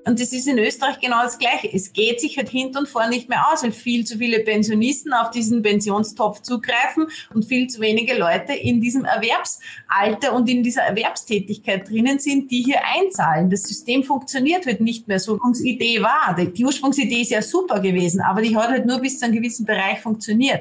Und das ist in Österreich genau das Gleiche. Es geht sich halt hinten und vorne nicht mehr aus, weil viel zu viele Pensionisten auf diesen Pensionstopf zugreifen und viel zu wenige Leute in diesem Erwerbsalter und in dieser Erwerbstätigkeit drinnen sind, die hier einzahlen. Das System funktioniert halt nicht mehr so, wie die Idee war. Die Ursprungsidee ist ja super gewesen, aber die hat halt nur bis zu einem gewissen Bereich funktioniert.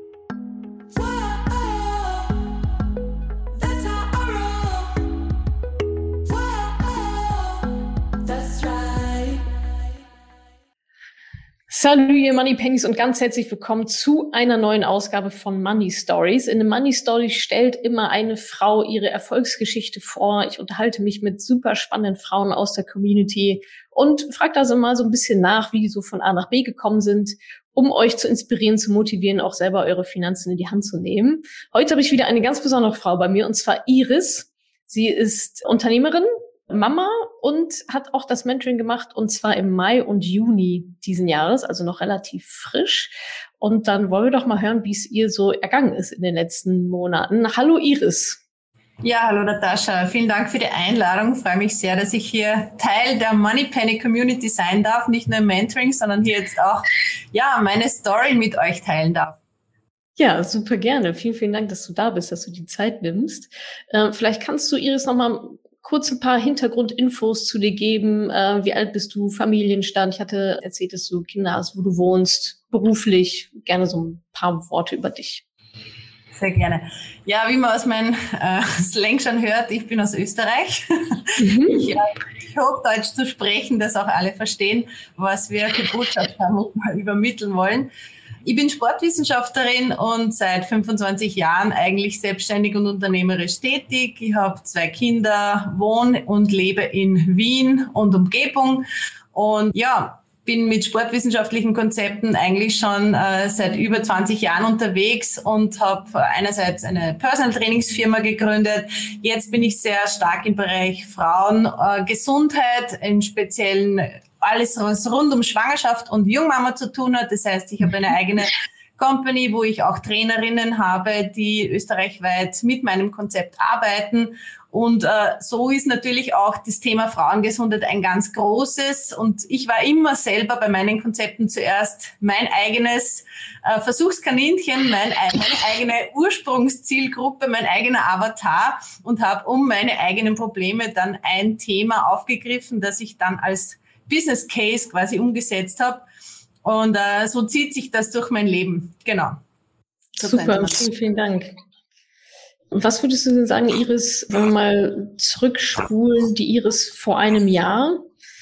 Salut, ihr Money Pennies und ganz herzlich willkommen zu einer neuen Ausgabe von Money Stories. In den Money Stories stellt immer eine Frau ihre Erfolgsgeschichte vor. Ich unterhalte mich mit super spannenden Frauen aus der Community und frage da so mal so ein bisschen nach, wie die so von A nach B gekommen sind, um euch zu inspirieren, zu motivieren, auch selber eure Finanzen in die Hand zu nehmen. Heute habe ich wieder eine ganz besondere Frau bei mir, und zwar Iris. Sie ist Unternehmerin, Mama und hat auch das Mentoring gemacht, und zwar im Mai und Juni diesen Jahres, also noch relativ frisch. Und dann wollen wir doch mal hören, wie es ihr so ergangen ist in den letzten Monaten. Hallo Iris. Ja, hallo Natascha. Vielen Dank für die Einladung. Ich freue mich sehr, dass ich hier Teil der Money Penny Community sein darf, nicht nur im Mentoring, sondern hier jetzt auch meine Story mit euch teilen darf. Ja, super gerne. Vielen, vielen Dank, dass du da bist, dass du die Zeit nimmst. Vielleicht kannst du, Iris, noch mal kurz ein paar Hintergrundinfos zu dir geben. Wie alt bist du? Familienstand? Ich hatte erzählt, dass du Kinder hast, wo du wohnst, beruflich. Gerne so ein paar Worte über dich. Sehr gerne. Ja, wie man aus meinem Slang schon hört, ich bin aus Österreich. Ich hoffe, Deutsch zu sprechen, dass auch alle verstehen, was wir für Botschaft haben und mal übermitteln wollen. Ich bin Sportwissenschaftlerin und seit 25 Jahren eigentlich selbstständig und unternehmerisch tätig. Ich habe 2 Kinder, wohne und lebe in Wien und Umgebung und bin mit sportwissenschaftlichen Konzepten eigentlich schon seit über 20 Jahren unterwegs und habe einerseits eine Personal Trainingsfirma gegründet. Jetzt bin ich sehr stark im Bereich Frauengesundheit, im Speziellen alles, was rund um Schwangerschaft und Jungmama zu tun hat. Das heißt, ich habe eine eigene Company, wo ich auch Trainerinnen habe, die österreichweit mit meinem Konzept arbeiten. Und so ist natürlich auch das Thema Frauengesundheit ein ganz großes. Und ich war immer selber bei meinen Konzepten zuerst mein eigenes Versuchskaninchen, meine eigene Ursprungszielgruppe, mein eigener Avatar und habe um meine eigenen Probleme dann ein Thema aufgegriffen, das ich dann als Business Case quasi umgesetzt habe. Und so zieht sich das durch mein Leben. Genau. Super, vielen, vielen Dank. Und was würdest du denn sagen, Iris, wenn wir mal zurückspulen, die Iris vor einem Jahr,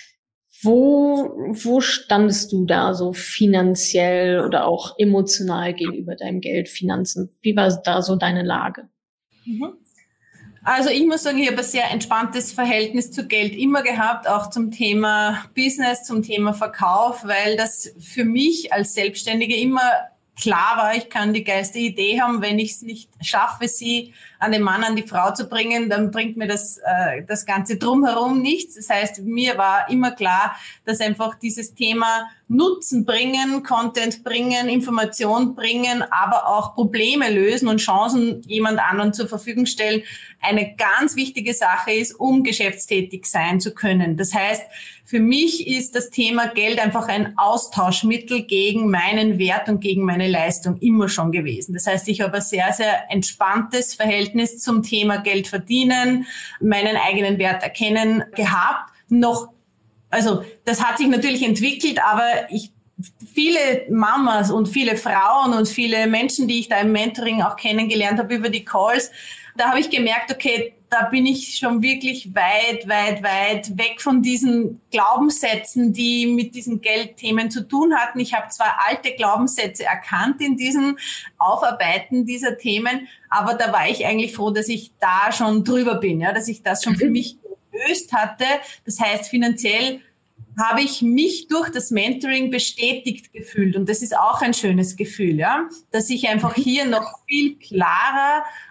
wo standest du da so finanziell oder auch emotional gegenüber deinem Geld, Finanzen? Wie war da so deine Lage? Also ich muss sagen, ich habe ein sehr entspanntes Verhältnis zu Geld immer gehabt, auch zum Thema Business, zum Thema Verkauf, weil das für mich als Selbstständige immer klar war, ich kann die geilste Idee haben, wenn ich es nicht schaffe, sie an den Mann, an die Frau zu bringen, dann bringt mir das Ganze drumherum nichts. Das heißt, mir war immer klar, dass einfach dieses Thema Nutzen bringen, Content bringen, Information bringen, aber auch Probleme lösen und Chancen jemand anderen zur Verfügung stellen, eine ganz wichtige Sache ist, um geschäftstätig sein zu können. Das heißt, für mich ist das Thema Geld einfach ein Austauschmittel gegen meinen Wert und gegen meine Leistung immer schon gewesen. Das heißt, ich habe ein sehr, sehr entspanntes Verhältnis zum Thema Geld verdienen, meinen eigenen Wert erkennen gehabt. Also das hat sich natürlich entwickelt, aber viele Mamas und viele Frauen und viele Menschen, die ich da im Mentoring auch kennengelernt habe über die Calls, da habe ich gemerkt, okay, da bin ich schon wirklich weit, weit, weit weg von diesen Glaubenssätzen, die mit diesen Geldthemen zu tun hatten. Ich habe zwar alte Glaubenssätze erkannt in diesem Aufarbeiten dieser Themen, aber da war ich eigentlich froh, dass ich da schon drüber bin, dass ich das schon für mich gelöst hatte. Das heißt, finanziell habe ich mich durch das Mentoring bestätigt gefühlt. Und das ist auch ein schönes Gefühl, dass ich einfach hier noch viel klarer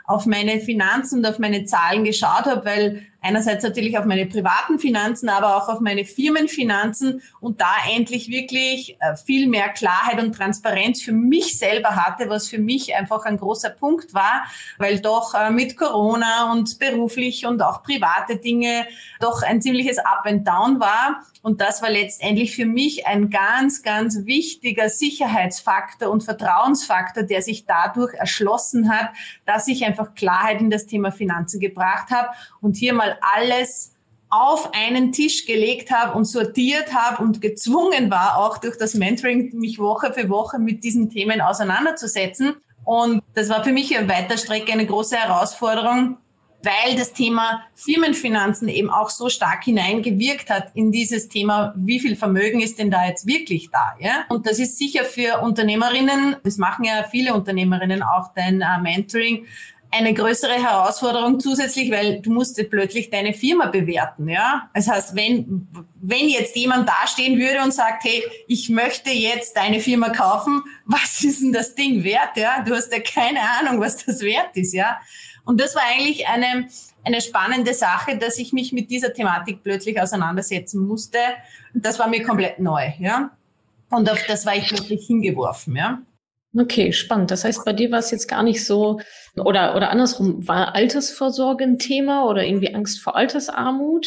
auf meine Finanzen und auf meine Zahlen geschaut habe, weil einerseits natürlich auf meine privaten Finanzen, aber auch auf meine Firmenfinanzen und da endlich wirklich viel mehr Klarheit und Transparenz für mich selber hatte, was für mich einfach ein großer Punkt war, weil doch mit Corona und beruflich und auch private Dinge doch ein ziemliches Up and Down war. Und das war letztendlich für mich ein ganz, ganz wichtiger Sicherheitsfaktor und Vertrauensfaktor, der sich dadurch erschlossen hat, dass ich einfach Klarheit in das Thema Finanzen gebracht habe und hier mal alles auf einen Tisch gelegt habe und sortiert habe und gezwungen war, auch durch das Mentoring, mich Woche für Woche mit diesen Themen auseinanderzusetzen. Und das war für mich in weiter Strecke eine große Herausforderung, weil das Thema Firmenfinanzen eben auch so stark hineingewirkt hat in dieses Thema, wie viel Vermögen ist denn da jetzt wirklich da? Ja? Und das ist sicher für Unternehmerinnen, das machen ja viele Unternehmerinnen auch, dein Mentoring, eine größere Herausforderung zusätzlich, weil du musst plötzlich deine Firma bewerten, ja. Das heißt, wenn jetzt jemand dastehen würde und sagt, hey, ich möchte jetzt deine Firma kaufen, was ist denn das Ding wert, ja? Du hast ja keine Ahnung, was das wert ist, ja. Und das war eigentlich eine spannende Sache, dass ich mich mit dieser Thematik plötzlich auseinandersetzen musste. Und das war mir komplett neu, ja. Und auf das war ich plötzlich hingeworfen, ja. Okay, spannend. Das heißt, bei dir war es jetzt gar nicht so, oder andersrum, war Altersvorsorge ein Thema oder irgendwie Angst vor Altersarmut?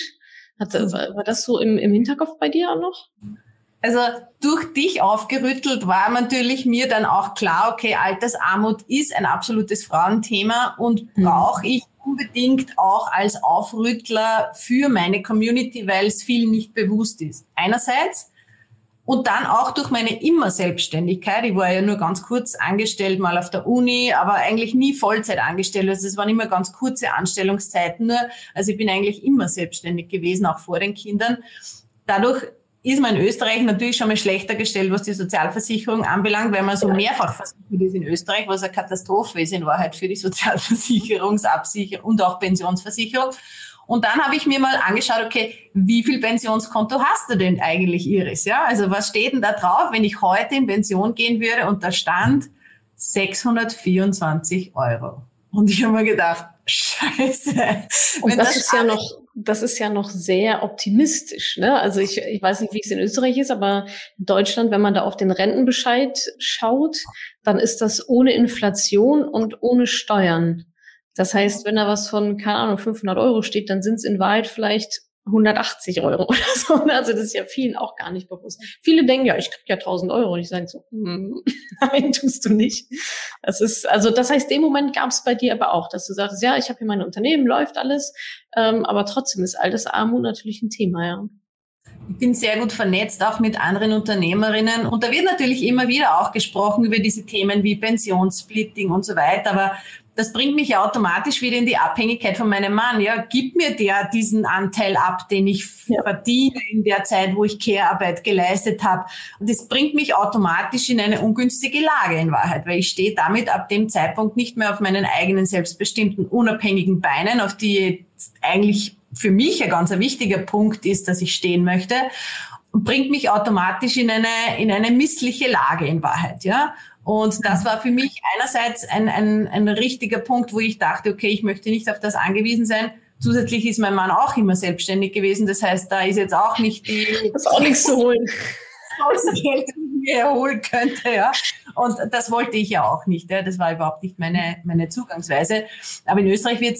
War das so im Hinterkopf bei dir auch noch? Also durch dich aufgerüttelt war natürlich mir dann auch klar, okay, Altersarmut ist ein absolutes Frauenthema und brauche ich unbedingt auch als Aufrüttler für meine Community, weil es vielen nicht bewusst ist. Einerseits. Und dann auch durch meine immer Selbstständigkeit. Ich war ja nur ganz kurz angestellt, mal auf der Uni, aber eigentlich nie Vollzeit angestellt. Also es waren immer ganz kurze Anstellungszeiten nur. Also ich bin eigentlich immer selbstständig gewesen, auch vor den Kindern. Dadurch ist man in Österreich natürlich schon mal schlechter gestellt, was die Sozialversicherung anbelangt, weil man so mehrfach versichert ist in Österreich, was eine Katastrophe ist in Wahrheit für die Sozialversicherungsabsicherung und auch Pensionsversicherung. Und dann habe ich mir mal angeschaut, okay, wie viel Pensionskonto hast du denn eigentlich, Iris? Ja, also was steht denn da drauf, wenn ich heute in Pension gehen würde und da stand 624 €. Und ich habe mir gedacht, Scheiße. Und das ist ja noch sehr optimistisch, ne? Also ich weiß nicht, wie es in Österreich ist, aber in Deutschland, wenn man da auf den Rentenbescheid schaut, dann ist das ohne Inflation und ohne Steuern. Das heißt, wenn da was von, keine Ahnung, 500 € steht, dann sind es in Wahrheit vielleicht 180 € oder so. Also das ist ja vielen auch gar nicht bewusst. Viele denken, ja, ich krieg ja 1.000 € und ich sage so, nein, tust du nicht. Das heißt, den Moment gab es bei dir aber auch, dass du sagst, ja, ich habe hier mein Unternehmen, läuft alles, aber trotzdem ist Altersarmut natürlich ein Thema, ja. Ich bin sehr gut vernetzt, auch mit anderen Unternehmerinnen. Und da wird natürlich immer wieder auch gesprochen über diese Themen wie Pensionssplitting und so weiter. Aber das bringt mich ja automatisch wieder in die Abhängigkeit von meinem Mann. Ja, gib mir der diesen Anteil ab, den ich verdiene in der Zeit, wo ich Care-Arbeit geleistet habe. Und das bringt mich automatisch in eine ungünstige Lage in Wahrheit, weil ich stehe damit ab dem Zeitpunkt nicht mehr auf meinen eigenen selbstbestimmten, unabhängigen Beinen, auf die eigentlich für mich ein ganz wichtiger Punkt ist, dass ich stehen möchte, und bringt mich automatisch in eine missliche Lage in Wahrheit, ja. Und das war für mich einerseits ein richtiger Punkt, wo ich dachte, okay, ich möchte nicht auf das angewiesen sein. Zusätzlich ist mein Mann auch immer selbstständig gewesen. Das heißt, da ist jetzt auch nicht das ist auch nichts zu holen. Geld, das ich mir erholen könnte, ja. Und das wollte ich ja auch nicht, ja. Das war überhaupt nicht meine Zugangsweise. Aber in Österreich wird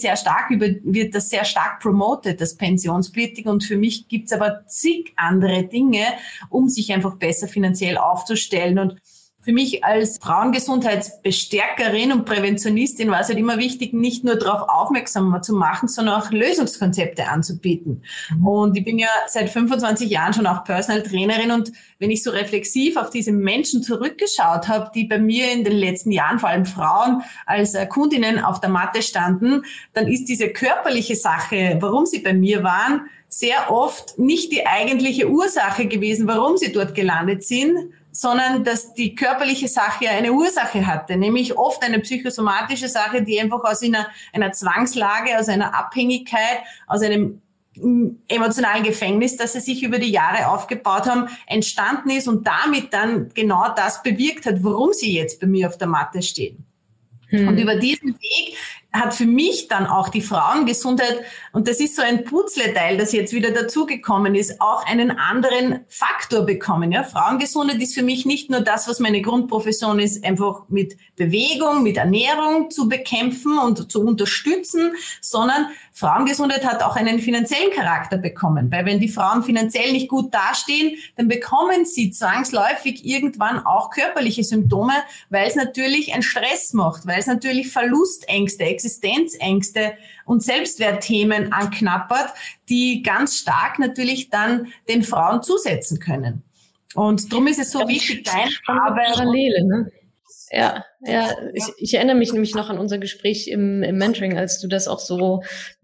das sehr stark promoted, das Pensionssplitting. Und für mich gibt's aber zig andere Dinge, um sich einfach besser finanziell aufzustellen. Und für mich als Frauengesundheitsbestärkerin und Präventionistin war es halt immer wichtig, nicht nur darauf aufmerksam zu machen, sondern auch Lösungskonzepte anzubieten. Und ich bin ja seit 25 Jahren schon auch Personal Trainerin, und wenn ich so reflexiv auf diese Menschen zurückgeschaut habe, die bei mir in den letzten Jahren, vor allem Frauen, als Kundinnen auf der Matte standen, dann ist diese körperliche Sache, warum sie bei mir waren, sehr oft nicht die eigentliche Ursache gewesen, warum sie dort gelandet sind, sondern dass die körperliche Sache eine Ursache hatte, nämlich oft eine psychosomatische Sache, die einfach aus einer Zwangslage, aus einer Abhängigkeit, aus einem emotionalen Gefängnis, das sie sich über die Jahre aufgebaut haben, entstanden ist und damit dann genau das bewirkt hat, warum sie jetzt bei mir auf der Matte stehen. Und über diesen Weg hat für mich dann auch die Frauengesundheit, und das ist so ein Puzzleteil, das jetzt wieder dazugekommen ist, auch einen anderen Faktor bekommen. Ja? Frauengesundheit ist für mich nicht nur das, was meine Grundprofession ist, einfach mit Bewegung, mit Ernährung zu bekämpfen und zu unterstützen, sondern Frauengesundheit hat auch einen finanziellen Charakter bekommen. Weil wenn die Frauen finanziell nicht gut dastehen, dann bekommen sie zwangsläufig irgendwann auch körperliche Symptome, weil es natürlich einen Stress macht, weil es natürlich Verlustängste, Existenzängste und Selbstwertthemen anknappert, die ganz stark natürlich dann den Frauen zusetzen können. Und darum ist es so wichtig, deine Arbeit. Parallele, ne? Ja. Ich erinnere mich nämlich noch an unser Gespräch im Mentoring, als du das auch so,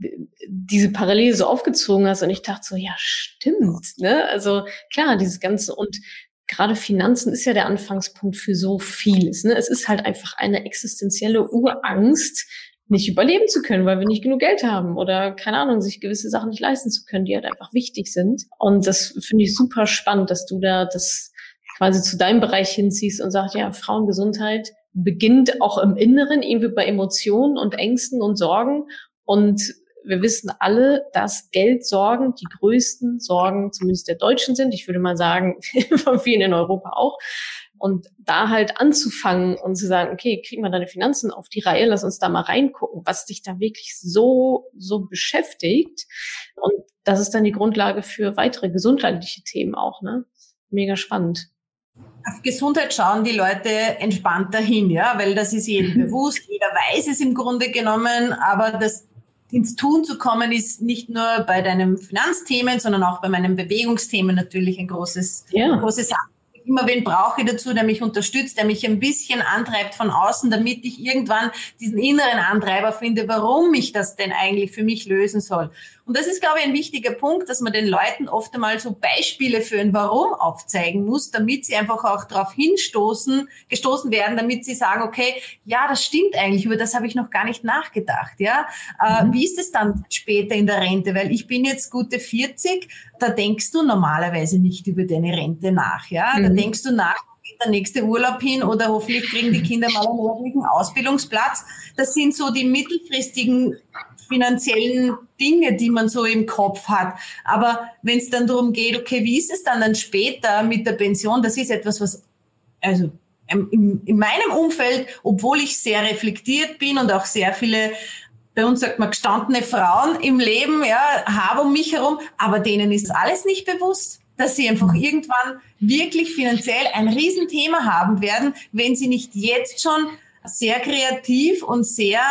diese Parallele so aufgezogen hast und ich dachte so, ja, stimmt, ne? Also klar, dieses Ganze und gerade Finanzen ist ja der Anfangspunkt für so vieles, ne? Es ist halt einfach eine existenzielle Urangst, nicht überleben zu können, weil wir nicht genug Geld haben oder, keine Ahnung, sich gewisse Sachen nicht leisten zu können, die halt einfach wichtig sind. Und das finde ich super spannend, dass du da das quasi zu deinem Bereich hinziehst und sagst, ja, Frauengesundheit beginnt auch im Inneren, irgendwie bei Emotionen und Ängsten und Sorgen. Und wir wissen alle, dass Geldsorgen die größten Sorgen zumindest der Deutschen sind. Ich würde mal sagen, von vielen in Europa auch. Und da halt anzufangen und zu sagen, okay, kriegen wir deine Finanzen auf die Reihe, lass uns da mal reingucken, was dich da wirklich so beschäftigt. Und das ist dann die Grundlage für weitere gesundheitliche Themen auch, ne? Mega spannend. Auf Gesundheit schauen die Leute entspannter hin, ja, weil das ist jedem bewusst, jeder weiß es im Grunde genommen, aber das ins Tun zu kommen ist nicht nur bei deinen Finanzthemen, sondern auch bei meinen Bewegungsthemen natürlich ein großes Sache. Immer wen brauche ich dazu, der mich unterstützt, der mich ein bisschen antreibt von außen, damit ich irgendwann diesen inneren Antreiber finde, warum ich das denn eigentlich für mich lösen soll. Und das ist, glaube ich, ein wichtiger Punkt, dass man den Leuten oft einmal so Beispiele für ein Warum aufzeigen muss, damit sie einfach auch darauf gestoßen werden, damit sie sagen, okay, ja, das stimmt eigentlich, über das habe ich noch gar nicht nachgedacht. Ja, wie ist es dann später in der Rente? Weil ich bin jetzt gute 40, da denkst du normalerweise nicht über deine Rente nach. Ja, da denkst du nach, geht der nächste Urlaub hin oder hoffentlich kriegen die Kinder mal einen ordentlichen Ausbildungsplatz. Das sind so die mittelfristigen finanziellen Dinge, die man so im Kopf hat. Aber wenn es dann darum geht, okay, wie ist es dann später mit der Pension, das ist etwas, was, also in meinem Umfeld, obwohl ich sehr reflektiert bin und auch sehr viele, bei uns sagt man, gestandene Frauen im Leben, ja, habe um mich herum, aber denen ist alles nicht bewusst, dass sie einfach irgendwann wirklich finanziell ein Riesenthema haben werden, wenn sie nicht jetzt schon sehr kreativ und sehr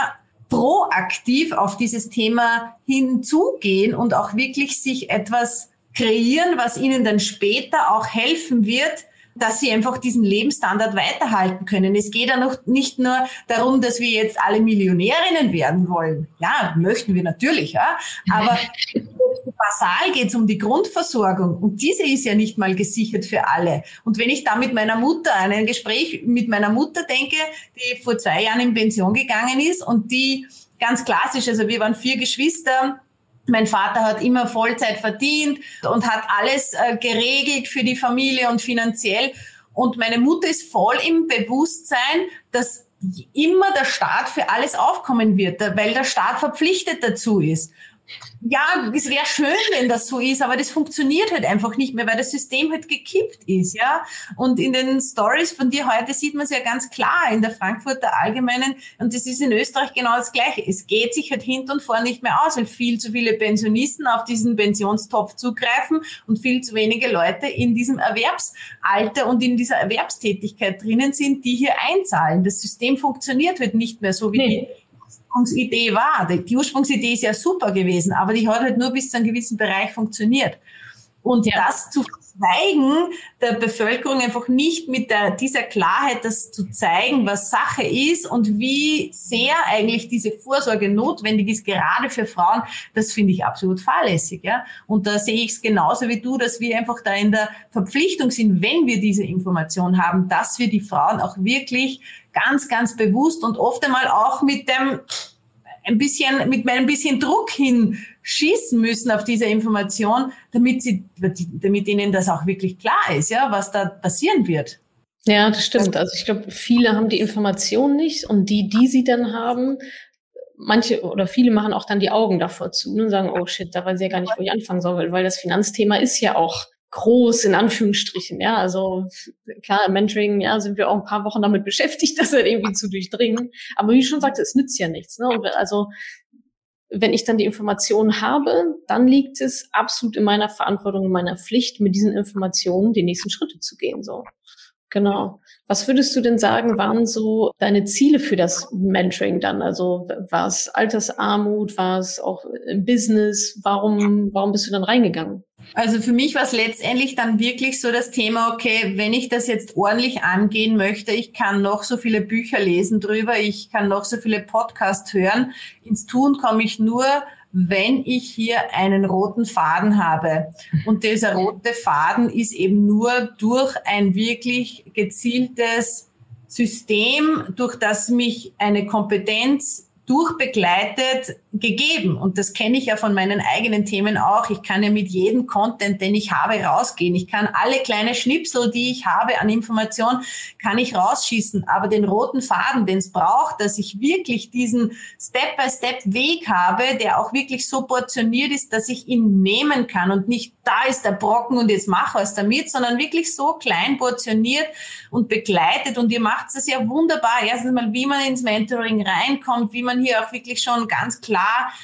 proaktiv auf dieses Thema hinzugehen und auch wirklich sich etwas kreieren, was ihnen dann später auch helfen wird, dass sie einfach diesen Lebensstandard weiterhalten können. Es geht ja noch nicht nur darum, dass wir jetzt alle Millionärinnen werden wollen. Ja, möchten wir natürlich, ja. Aber basal geht es um die Grundversorgung. Und diese ist ja nicht mal gesichert für alle. Und wenn ich da mit meiner Mutter, an ein Gespräch mit meiner Mutter denke, die vor 2 Jahren in Pension gegangen ist und die ganz klassisch, also wir waren 4 Geschwister, mein Vater hat immer Vollzeit verdient und hat alles geregelt für die Familie und finanziell. Und meine Mutter ist voll im Bewusstsein, dass immer der Staat für alles aufkommen wird, weil der Staat verpflichtet dazu ist. Ja, es wäre schön, wenn das so ist, aber das funktioniert halt einfach nicht mehr, weil das System halt gekippt ist, ja. Und in den Stories von dir heute sieht man es ja ganz klar in der Frankfurter Allgemeinen, und das ist in Österreich genau das Gleiche. Es geht sich halt hinten und vorne nicht mehr aus, weil viel zu viele Pensionisten auf diesen Pensionstopf zugreifen und viel zu wenige Leute in diesem Erwerbsalter und in dieser Erwerbstätigkeit drinnen sind, die hier einzahlen. Das System funktioniert halt nicht mehr so, wie die Ursprungsidee war. Die Ursprungsidee ist ja super gewesen, aber die hat halt nur bis zu einem gewissen Bereich funktioniert. Und das zu zeigen, der Bevölkerung einfach nicht mit dieser Klarheit, das zu zeigen, was Sache ist und wie sehr eigentlich diese Vorsorge notwendig ist, gerade für Frauen, das finde ich absolut fahrlässig. Ja? Und da sehe ich es genauso wie du, dass wir einfach da in der Verpflichtung sind, wenn wir diese Information haben, dass wir die Frauen auch wirklich ganz, ganz bewusst und oft einmal auch mit ein bisschen Druck hinschießen müssen auf diese Information, damit ihnen das auch wirklich klar ist, ja, was da passieren wird. Ja, das stimmt. Also ich glaube, viele haben die Information nicht und die sie dann haben, manche oder viele machen auch dann die Augen davor zu und sagen, oh shit, da weiß ich ja gar nicht, wo ich anfangen soll, weil das Finanzthema ist ja auch groß, in Anführungsstrichen, ja, also klar, im Mentoring, ja, sind wir auch ein paar Wochen damit beschäftigt, das halt irgendwie zu durchdringen, aber wie ich schon sagte, es nützt ja nichts, ne, und also, wenn ich dann die Informationen habe, dann liegt es absolut in meiner Verantwortung, in meiner Pflicht, mit diesen Informationen die nächsten Schritte zu gehen, so. Genau. Was würdest du denn sagen, waren so deine Ziele für das Mentoring dann? Also war es Altersarmut, war es auch im Business? Warum bist du dann reingegangen? Also für mich war es letztendlich dann wirklich so das Thema, okay, wenn ich das jetzt ordentlich angehen möchte, ich kann noch so viele Bücher lesen drüber, ich kann noch so viele Podcasts hören, ins Tun komme ich nur, wenn ich hier einen roten Faden habe. Und dieser rote Faden ist eben nur durch ein wirklich gezieltes System, durch das mich eine Kompetenz durchbegleitet gegeben. Und das kenne ich ja von meinen eigenen Themen auch. Ich kann ja mit jedem Content, den ich habe, rausgehen. Ich kann alle kleine Schnipsel, die ich habe an Information, kann ich rausschießen. Aber den roten Faden, den es braucht, dass ich wirklich diesen Step-by-Step-Weg habe, der auch wirklich so portioniert ist, dass ich ihn nehmen kann und nicht, da ist der Brocken und jetzt mach was damit, sondern wirklich so klein portioniert und begleitet. Und ihr macht es ja wunderbar. Erstens mal, wie man ins Mentoring reinkommt, wie man hier auch wirklich schon ganz klar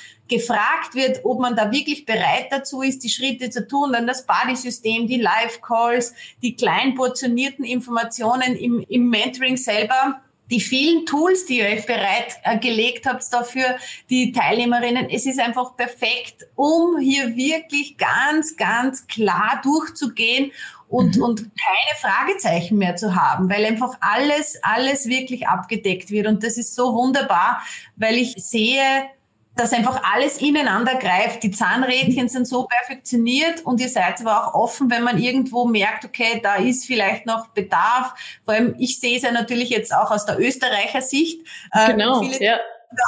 gefragt wird, ob man da wirklich bereit dazu ist, die Schritte zu tun, dann das Buddy-System, die Live-Calls, die klein portionierten Informationen im Mentoring selber, die vielen Tools, die ihr euch bereitgelegt habt dafür, die Teilnehmerinnen. Es ist einfach perfekt, um hier wirklich ganz, ganz klar durchzugehen und keine Fragezeichen mehr zu haben, weil einfach alles wirklich abgedeckt wird. Und das ist so wunderbar, weil ich sehe, dass einfach alles ineinander greift. Die Zahnrädchen sind so perfektioniert und ihr seid aber auch offen, wenn man irgendwo merkt, okay, da ist vielleicht noch Bedarf. Vor allem, ich sehe es ja natürlich jetzt auch aus der Österreicher Sicht. Genau, ja.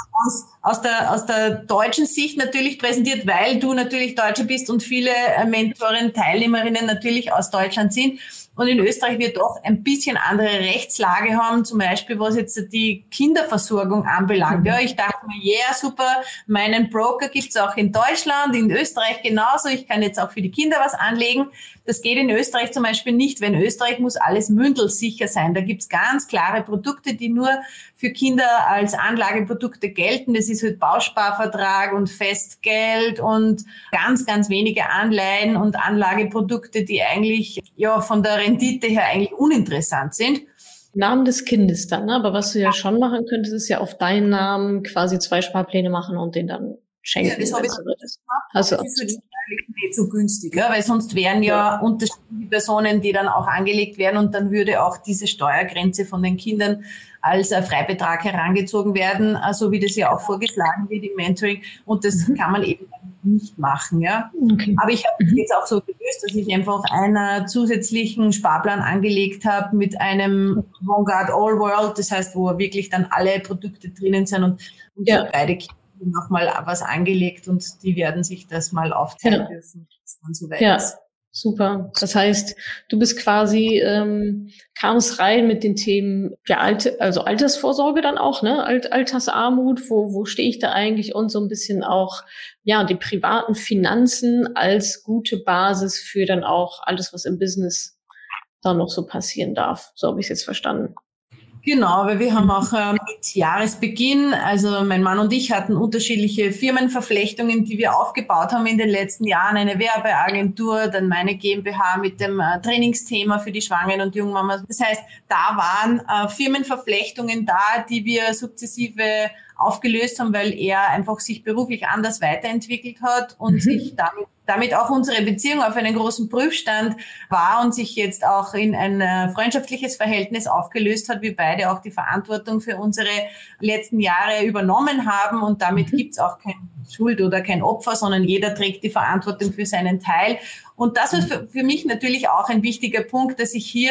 Aus der deutschen Sicht natürlich präsentiert, weil du natürlich Deutsche bist und viele Mentoren, Teilnehmerinnen natürlich aus Deutschland sind. Und in Österreich wir doch ein bisschen andere Rechtslage haben, zum Beispiel was jetzt die Kinderversorgung anbelangt. Ja, ich dachte mir, yeah, super, meinen Broker gibt's auch in Deutschland, in Österreich genauso. Ich kann jetzt auch für die Kinder was anlegen. Das geht in Österreich zum Beispiel nicht, weil in Österreich muss alles mündelsicher sein. Da gibt's ganz klare Produkte, die nur für Kinder als Anlageprodukte gelten. Das ist halt Bausparvertrag und Festgeld und ganz, ganz wenige Anleihen und Anlageprodukte, die eigentlich ja von der Rendite her eigentlich uninteressant sind. Namen des Kindes dann, ne? Aber was du ja schon machen könntest, ist ja auf deinen Namen quasi 2 Sparpläne machen und den dann schenken. Ja, das habe ich so gemacht. Das ist für die Steuerlichen nicht so günstig, ja, weil sonst wären ja unterschiedliche Personen, die dann auch angelegt werden und dann würde auch diese Steuergrenze von den Kindern als Freibetrag herangezogen werden, so wie das ja auch vorgeschlagen wird im Mentoring. Und das kann man eben nicht machen, ja. Okay. Aber ich habe jetzt auch so gelöst, dass ich einfach einen zusätzlichen Sparplan angelegt habe mit einem Vanguard All World, das heißt, wo wirklich dann alle Produkte drinnen sind und für beide Kinder nochmal was angelegt und die werden sich das mal aufteilen dürfen, bis man so weit ist. Super. Das heißt, du bist quasi, kamst rein mit den Themen der Altersvorsorge dann auch, ne? Altersarmut, wo stehe ich da eigentlich und so ein bisschen auch, ja, die privaten Finanzen als gute Basis für dann auch alles, was im Business da noch so passieren darf. So habe ich es jetzt verstanden. Genau, weil wir haben auch mit Jahresbeginn, also mein Mann und ich hatten unterschiedliche Firmenverflechtungen, die wir aufgebaut haben in den letzten Jahren. Eine Werbeagentur, dann meine GmbH mit dem Trainingsthema für die Schwangeren und Jungmamas. Das heißt, da waren Firmenverflechtungen da, die wir sukzessive aufgelöst haben, weil er einfach sich beruflich anders weiterentwickelt hat und sich damit auch unsere Beziehung auf einen großen Prüfstand war und sich jetzt auch in ein freundschaftliches Verhältnis aufgelöst hat, wir beide auch die Verantwortung für unsere letzten Jahre übernommen haben und damit gibt's auch keine Schuld oder kein Opfer, sondern jeder trägt die Verantwortung für seinen Teil. Und das ist für mich natürlich auch ein wichtiger Punkt, dass ich hier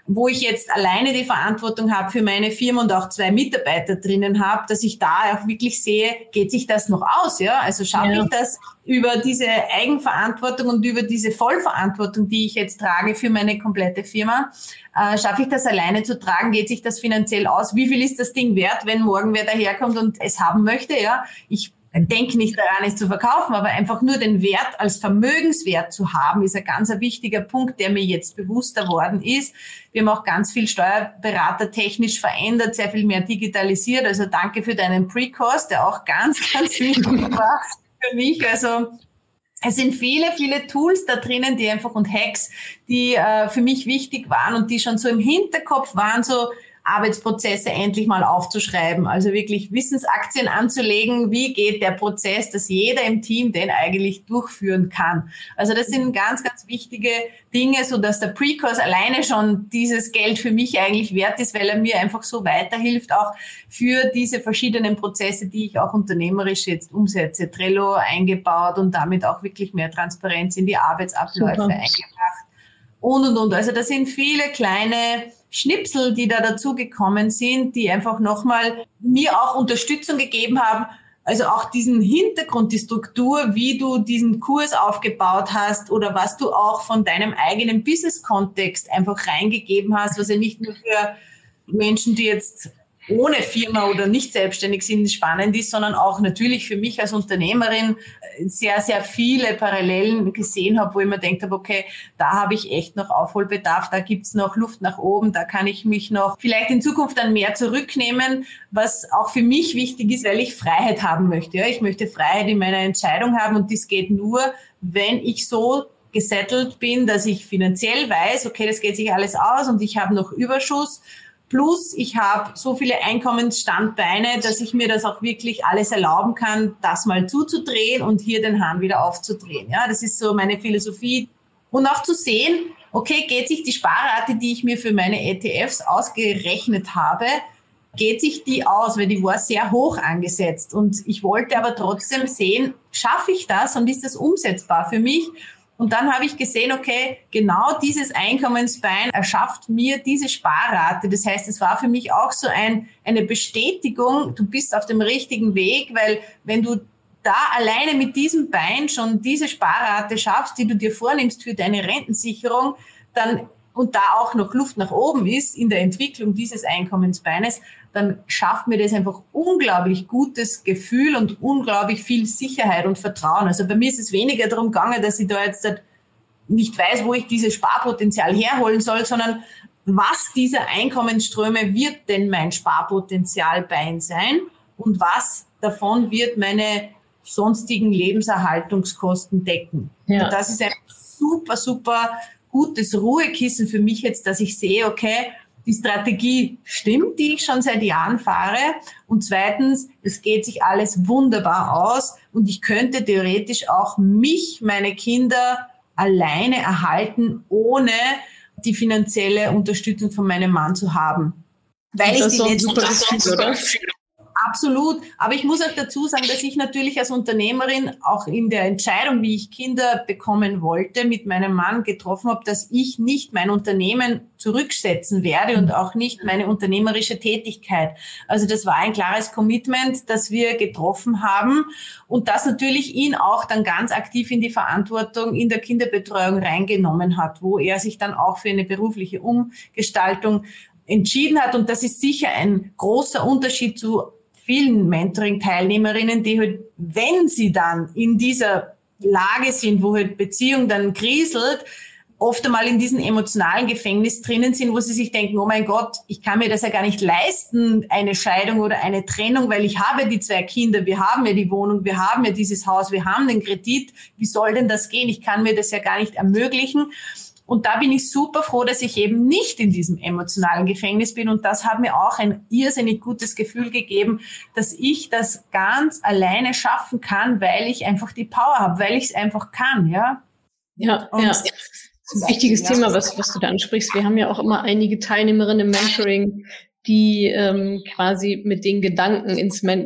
wo ich jetzt alleine die Verantwortung habe für meine Firma und auch 2 Mitarbeiter drinnen habe, dass ich da auch wirklich sehe, geht sich das noch aus, ja? Also schaffe ich das über diese Eigenverantwortung und über diese Vollverantwortung, die ich jetzt trage für meine komplette Firma, schaffe ich das alleine zu tragen? Geht sich das finanziell aus? Wie viel ist das Ding wert, wenn morgen wer daherkommt und es haben möchte, ja? Ich denke nicht daran, es zu verkaufen, aber einfach nur den Wert als Vermögenswert zu haben, ist ein ganz wichtiger Punkt, der mir jetzt bewusster worden ist. Wir haben auch ganz viel Steuerberater technisch verändert, sehr viel mehr digitalisiert. Also danke für deinen Pre-Course, der auch ganz, ganz wichtig war für mich. Also es sind viele, viele Tools da drinnen, die einfach und Hacks, die für mich wichtig waren und die schon so im Hinterkopf waren, so Arbeitsprozesse endlich mal aufzuschreiben, also wirklich Wissensaktien anzulegen, wie geht der Prozess, dass jeder im Team den eigentlich durchführen kann. Also das sind ganz, ganz wichtige Dinge, so dass der Pre-Course alleine schon dieses Geld für mich eigentlich wert ist, weil er mir einfach so weiterhilft, auch für diese verschiedenen Prozesse, die ich auch unternehmerisch jetzt umsetze. Trello eingebaut und damit auch wirklich mehr Transparenz in die Arbeitsabläufe eingebracht und. Also das sind viele kleine Schnipsel, die da dazugekommen sind, die einfach nochmal mir auch Unterstützung gegeben haben. Also auch diesen Hintergrund, die Struktur, wie du diesen Kurs aufgebaut hast oder was du auch von deinem eigenen Business-Kontext einfach reingegeben hast, was ja nicht nur für Menschen, die jetzt ohne Firma oder nicht selbstständig sind, spannend ist, sondern auch natürlich für mich als Unternehmerin sehr, sehr viele Parallelen gesehen habe, wo ich mir gedacht habe, okay, da habe ich echt noch Aufholbedarf, da gibt's noch Luft nach oben, da kann ich mich noch vielleicht in Zukunft dann mehr zurücknehmen, was auch für mich wichtig ist, weil ich Freiheit haben möchte. Ja, ich möchte Freiheit in meiner Entscheidung haben und das geht nur, wenn ich so gesettelt bin, dass ich finanziell weiß, okay, das geht sich alles aus und ich habe noch Überschuss. Plus, ich habe so viele Einkommensstandbeine, dass ich mir das auch wirklich alles erlauben kann, das mal zuzudrehen und hier den Hahn wieder aufzudrehen. Ja, das ist so meine Philosophie. Und auch zu sehen, okay, geht sich die Sparrate, die ich mir für meine ETFs ausgerechnet habe, geht sich die aus, weil die war sehr hoch angesetzt. Und ich wollte aber trotzdem sehen, schaffe ich das und ist das umsetzbar für mich? Und dann habe ich gesehen, okay, genau dieses Einkommensbein erschafft mir diese Sparrate. Das heißt, es war für mich auch so eine Bestätigung, du bist auf dem richtigen Weg, weil wenn du da alleine mit diesem Bein schon diese Sparrate schaffst, die du dir vornimmst für deine Rentensicherung, dann und da auch noch Luft nach oben ist in der Entwicklung dieses Einkommensbeines, dann schafft mir das einfach unglaublich gutes Gefühl und unglaublich viel Sicherheit und Vertrauen. Also bei mir ist es weniger darum gegangen, dass ich da jetzt nicht weiß, wo ich dieses Sparpotenzial herholen soll, sondern was dieser Einkommensströme wird denn mein Sparpotenzialbein sein und was davon wird meine sonstigen Lebenserhaltungskosten decken. Ja. Und das ist ein super, super gutes Ruhekissen für mich jetzt, dass ich sehe, okay, die Strategie stimmt, die ich schon seit Jahren fahre. Und zweitens, es geht sich alles wunderbar aus und ich könnte theoretisch auch meine Kinder alleine erhalten, ohne die finanzielle Unterstützung von meinem Mann zu haben. Weil ich die letzten Absolut. Aber ich muss auch dazu sagen, dass ich natürlich als Unternehmerin auch in der Entscheidung, wie ich Kinder bekommen wollte, mit meinem Mann getroffen habe, dass ich nicht mein Unternehmen zurücksetzen werde und auch nicht meine unternehmerische Tätigkeit. Also das war ein klares Commitment, das wir getroffen haben und das natürlich ihn auch dann ganz aktiv in die Verantwortung in der Kinderbetreuung reingenommen hat, wo er sich dann auch für eine berufliche Umgestaltung entschieden hat. Und das ist sicher ein großer Unterschied zu vielen Mentoring-Teilnehmerinnen, die halt, wenn sie dann in dieser Lage sind, wo halt Beziehung dann kriselt, oft einmal in diesem emotionalen Gefängnis drinnen sind, wo sie sich denken, oh mein Gott, ich kann mir das ja gar nicht leisten, eine Scheidung oder eine Trennung, weil ich habe die 2 Kinder, wir haben ja die Wohnung, wir haben ja dieses Haus, wir haben den Kredit, wie soll denn das gehen? Ich kann mir das ja gar nicht ermöglichen. Und da bin ich super froh, dass ich eben nicht in diesem emotionalen Gefängnis bin. Und das hat mir auch ein irrsinnig gutes Gefühl gegeben, dass ich das ganz alleine schaffen kann, weil ich einfach die Power habe, weil ich es einfach kann, ja. Ja, ja. Das ist ein wichtiges Thema, was du da ansprichst. Wir haben ja auch immer einige Teilnehmerinnen im Mentoring, die quasi mit den Gedanken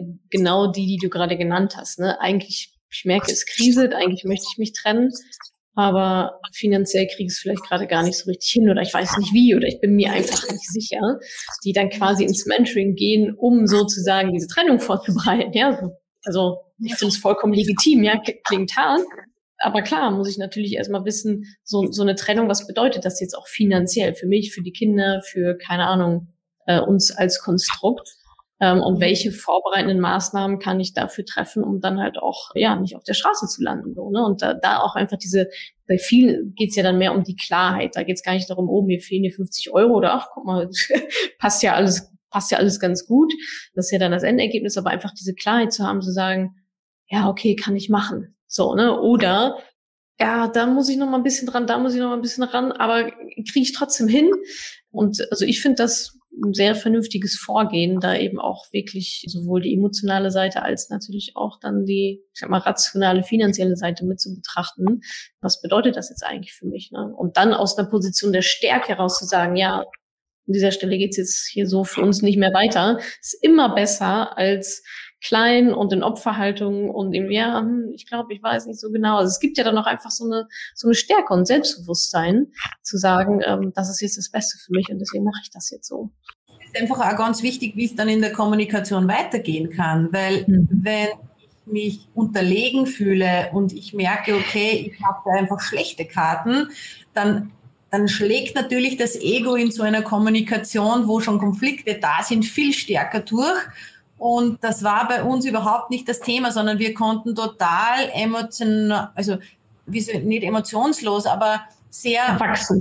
genau die du gerade genannt hast, ne? Eigentlich, ich merke, es kriselt, eigentlich möchte ich mich trennen. aber finanziell kriege ich es vielleicht gerade gar nicht so richtig hin oder ich weiß nicht wie oder ich bin mir einfach nicht sicher, die dann quasi ins Mentoring gehen, um sozusagen diese Trennung vorzubereiten. Ja, also ich finde es vollkommen legitim, ja, klingt hart, aber klar, muss ich natürlich erstmal wissen, so eine Trennung, was bedeutet das jetzt auch finanziell für mich, für die Kinder, für, keine Ahnung, uns als Konstrukt. Und welche vorbereitenden Maßnahmen kann ich dafür treffen, um dann halt auch, ja, nicht auf der Straße zu landen, so, ne? Und da auch einfach bei vielen geht's ja dann mehr um die Klarheit. Da geht's gar nicht darum, oh, mir fehlen hier 50 Euro oder ach, guck mal, passt ja alles ganz gut. Das ist ja dann das Endergebnis, aber einfach diese Klarheit zu haben, zu sagen, ja, okay, kann ich machen. So, ne? Oder, ja, da muss ich noch mal ein bisschen dran, da muss ich noch mal ein bisschen ran, aber kriege ich trotzdem hin. Und also ich finde das ein sehr vernünftiges Vorgehen, da eben auch wirklich sowohl die emotionale Seite als natürlich auch dann die, ich sag mal, rationale, finanzielle Seite mit zu betrachten. Was bedeutet das jetzt eigentlich für mich, ne? Und dann aus einer Position der Stärke heraus zu sagen, ja, an dieser Stelle geht's jetzt hier so für uns nicht mehr weiter, ist immer besser als klein und in Opferhaltung und eben, ja, ich glaube, ich weiß nicht so genau. Also es gibt ja dann auch einfach so eine Stärke und Selbstbewusstsein, zu sagen, das ist jetzt das Beste für mich und deswegen mache ich das jetzt so. Es ist einfach auch ganz wichtig, wie es dann in der Kommunikation weitergehen kann, weil wenn ich mich unterlegen fühle und ich merke, okay, ich habe da einfach schlechte Karten, dann schlägt natürlich das Ego in so einer Kommunikation, wo schon Konflikte da sind, viel stärker durch. Und das war bei uns überhaupt nicht das Thema, sondern wir konnten total emotional, also nicht emotionslos, aber sehr erwachsen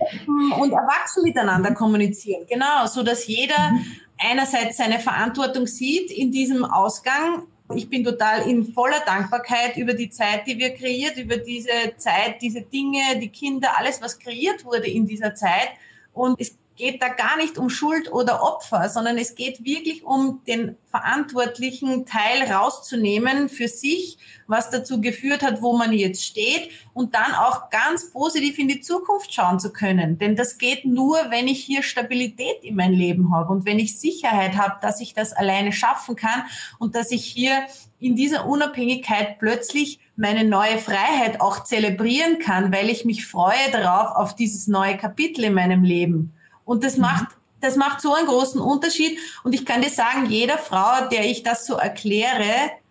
und erwachsen miteinander kommunizieren. Genau, so dass jeder einerseits seine Verantwortung sieht in diesem Ausgang. Ich bin total in voller Dankbarkeit über die Zeit, die wir kreiert, über diese Zeit, diese Dinge, die Kinder, alles, was kreiert wurde in dieser Zeit. Und es geht da gar nicht um Schuld oder Opfer, sondern es geht wirklich um den verantwortlichen Teil rauszunehmen für sich, was dazu geführt hat, wo man jetzt steht und dann auch ganz positiv in die Zukunft schauen zu können. Denn das geht nur, wenn ich hier Stabilität in mein Leben habe und wenn ich Sicherheit habe, dass ich das alleine schaffen kann und dass ich hier in dieser Unabhängigkeit plötzlich meine neue Freiheit auch zelebrieren kann, weil ich mich freue darauf, auf dieses neue Kapitel in meinem Leben. Und das macht so einen großen Unterschied. Und ich kann dir sagen, jeder Frau, der ich das so erkläre,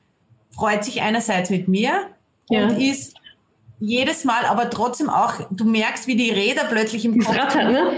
freut sich einerseits mit mir und ist jedes Mal, aber trotzdem auch, du merkst, wie die Räder plötzlich im Kopf rattern, ne?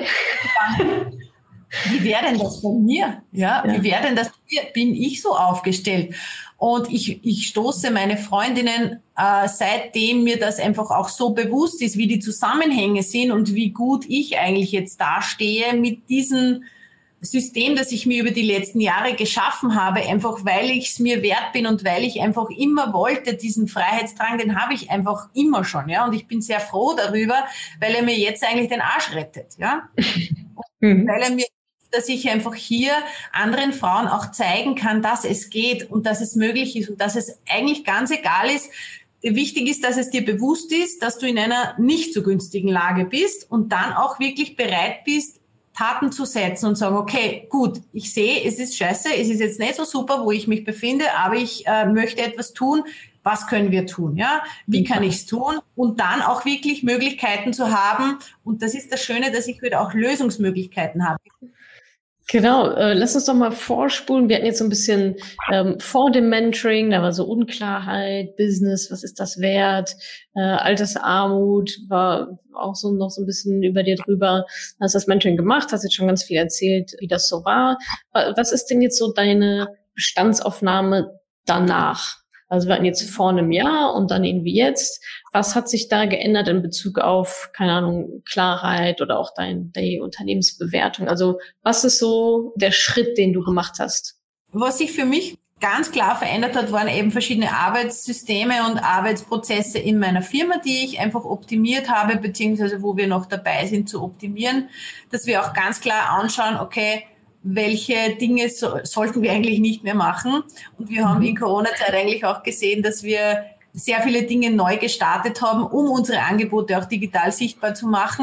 Wie wäre denn das bei mir? Ja, wie wäre denn das bei mir? Bin ich so aufgestellt? Und ich stoße meine Freundinnen, seitdem mir das einfach auch so bewusst ist, wie die Zusammenhänge sind und wie gut ich eigentlich jetzt dastehe mit diesem System, das ich mir über die letzten Jahre geschaffen habe, einfach weil ich es mir wert bin und weil ich einfach immer wollte, diesen Freiheitsdrang, den habe ich einfach immer schon, ja. Und ich bin sehr froh darüber, weil er mir jetzt eigentlich den Arsch rettet, ja. Weil er mir, dass ich einfach hier anderen Frauen auch zeigen kann, dass es geht und dass es möglich ist und dass es eigentlich ganz egal ist. Wichtig ist, dass es dir bewusst ist, dass du in einer nicht so günstigen Lage bist und dann auch wirklich bereit bist, Taten zu setzen und sagen, okay, gut, ich sehe, es ist scheiße, es ist jetzt nicht so super, wo ich mich befinde, aber ich möchte etwas tun. Was können wir tun? Ja, wie kann ich es tun? Und dann auch wirklich Möglichkeiten zu haben. Und das ist das Schöne, dass ich wieder auch Lösungsmöglichkeiten habe. Genau, lass uns doch mal vorspulen. Wir hatten jetzt so ein bisschen vor dem Mentoring, da war so Unklarheit, Business, was ist das wert, Altersarmut, war auch so noch so ein bisschen über dir drüber. Hast das Mentoring gemacht, hast jetzt schon ganz viel erzählt, wie das so war. Was ist denn jetzt so deine Bestandsaufnahme danach? Also wir hatten jetzt vor einem Jahr und dann irgendwie jetzt. Was hat sich da geändert in Bezug auf, keine Ahnung, Klarheit oder auch die Unternehmensbewertung? Also was ist so der Schritt, den du gemacht hast? Was sich für mich ganz klar verändert hat, waren eben verschiedene Arbeitssysteme und Arbeitsprozesse in meiner Firma, die ich einfach optimiert habe, beziehungsweise wo wir noch dabei sind zu optimieren, dass wir auch ganz klar anschauen, okay, welche Dinge sollten wir eigentlich nicht mehr machen. Und wir haben in Corona-Zeit eigentlich auch gesehen, dass wir sehr viele Dinge neu gestartet haben, um unsere Angebote auch digital sichtbar zu machen,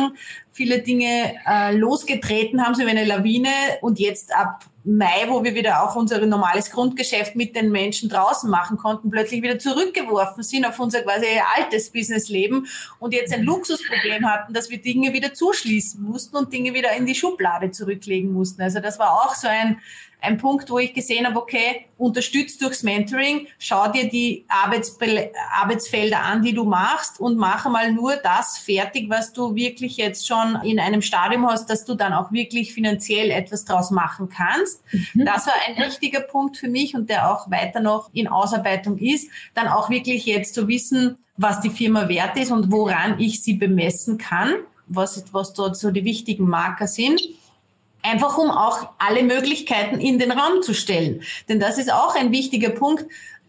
viele Dinge losgetreten haben, so wie eine Lawine. Und jetzt ab Mai, wo wir wieder auch unser normales Grundgeschäft mit den Menschen draußen machen konnten, plötzlich wieder zurückgeworfen sind auf unser quasi altes Businessleben und jetzt ein Luxusproblem hatten, dass wir Dinge wieder zuschließen mussten und Dinge wieder in die Schublade zurücklegen mussten. Also das war auch so ein Punkt, wo ich gesehen habe, okay, unterstützt durchs Mentoring, schau dir die Arbeitsfelder an, die du machst und mach mal nur das fertig, was du wirklich jetzt schon in einem Stadium hast, dass du dann auch wirklich finanziell etwas draus machen kannst. Das war ein wichtiger Punkt für mich und der auch weiter noch in Ausarbeitung ist, dann auch wirklich jetzt zu wissen, was die Firma wert ist und woran ich sie bemessen kann, was dort so die wichtigen Marker sind. Einfach um auch alle Möglichkeiten in den Raum zu stellen. Denn das ist auch ein wichtiger Punkt,